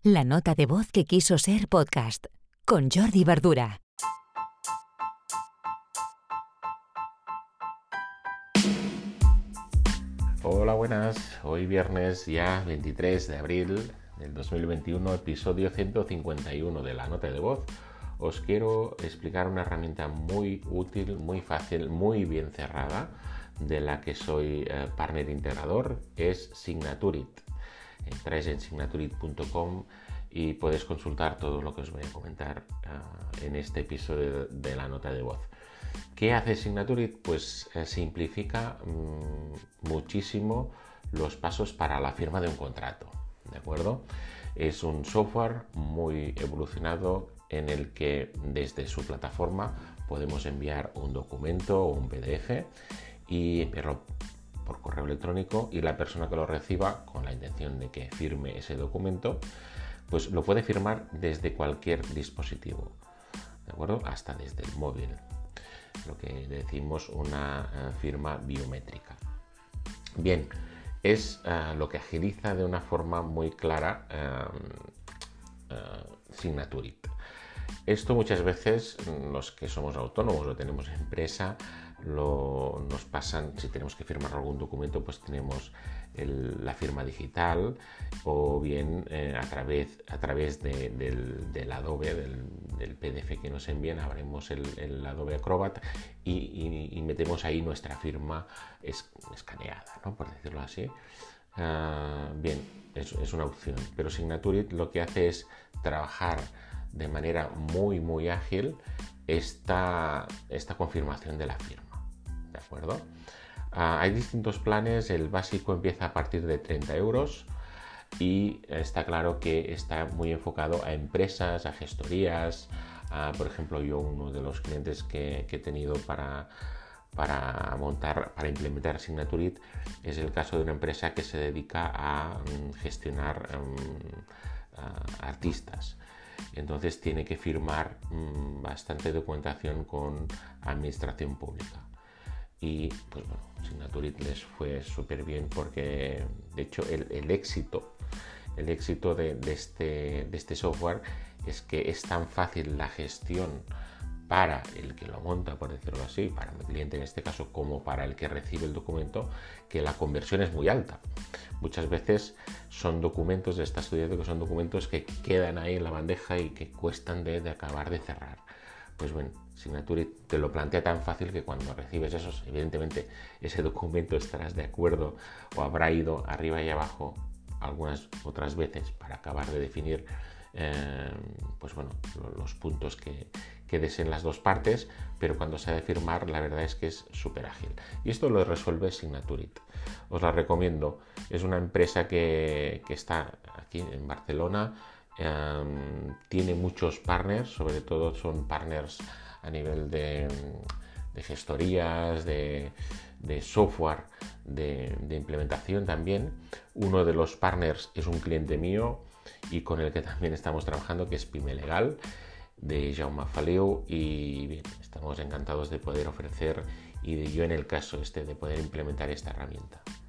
La nota de voz que quiso ser podcast, con Jordi Verdura. Hola, buenas. Hoy viernes ya 23 de abril del 2021, episodio 151 de La nota de voz. Os quiero explicar una herramienta muy útil, muy fácil, muy bien cerrada, de la que soy partner integrador, es Signaturit. Entráis en signaturit.com y podéis consultar todo lo que os voy a comentar en este episodio de la nota de voz. ¿Qué hace Signaturit? Pues simplifica muchísimo los pasos para la firma de un contrato, ¿de acuerdo? Es un software muy evolucionado en el que desde su plataforma podemos enviar un documento o un PDF y enviarlo por correo electrónico, y la persona que lo reciba, con la intención de que firme ese documento, pues lo puede firmar desde cualquier dispositivo, ¿de acuerdo? Hasta desde el móvil, lo que decimos una firma biométrica. Bien, es lo que agiliza de una forma muy clara Signaturit. Esto muchas veces los que somos autónomos o tenemos empresa nos pasan, si tenemos que firmar algún documento, pues tenemos la firma digital, o bien a través del Adobe, del PDF que nos envían, abrimos el Adobe Acrobat y metemos ahí nuestra firma escaneada, ¿no? Por decirlo así. Bien, es una opción, pero Signaturit lo que hace es trabajar de manera muy ágil esta confirmación de la firma, ¿de acuerdo? Hay distintos planes. El básico empieza a partir de 30 euros y está claro que está muy enfocado a empresas, a gestorías. Por ejemplo, yo, uno de los clientes que he tenido para implementar Signaturit es el caso de una empresa que se dedica a gestionar artistas. Entonces tiene que firmar bastante documentación con administración pública. Y pues bueno, Signaturit les fue súper bien, porque de hecho el éxito de este software es que es tan fácil la gestión para el que lo monta, por decirlo así, para mi cliente en este caso, como para el que recibe el documento, que la conversión es muy alta. Muchas veces son documentos, está estudiado que son documentos que quedan ahí en la bandeja y que cuestan de acabar de cerrar. Pues bueno, Signaturit te lo plantea tan fácil que cuando recibes esos, evidentemente ese documento estarás de acuerdo o habrá ido arriba y abajo algunas otras veces para acabar de definir pues bueno, los puntos que deseen las dos partes, pero cuando se ha de firmar, la verdad es que es súper ágil. Y esto lo resuelve Signaturit. Os la recomiendo. Es una empresa que está aquí en Barcelona. Tiene muchos partners, sobre todo son partners a nivel de gestorías, de software, de implementación también. Uno de los partners es un cliente mío y con el que también estamos trabajando, que es Pyme Legal, de Jaume Feliu, y bien, estamos encantados de poder ofrecer y de yo, en el caso de poder implementar esta herramienta.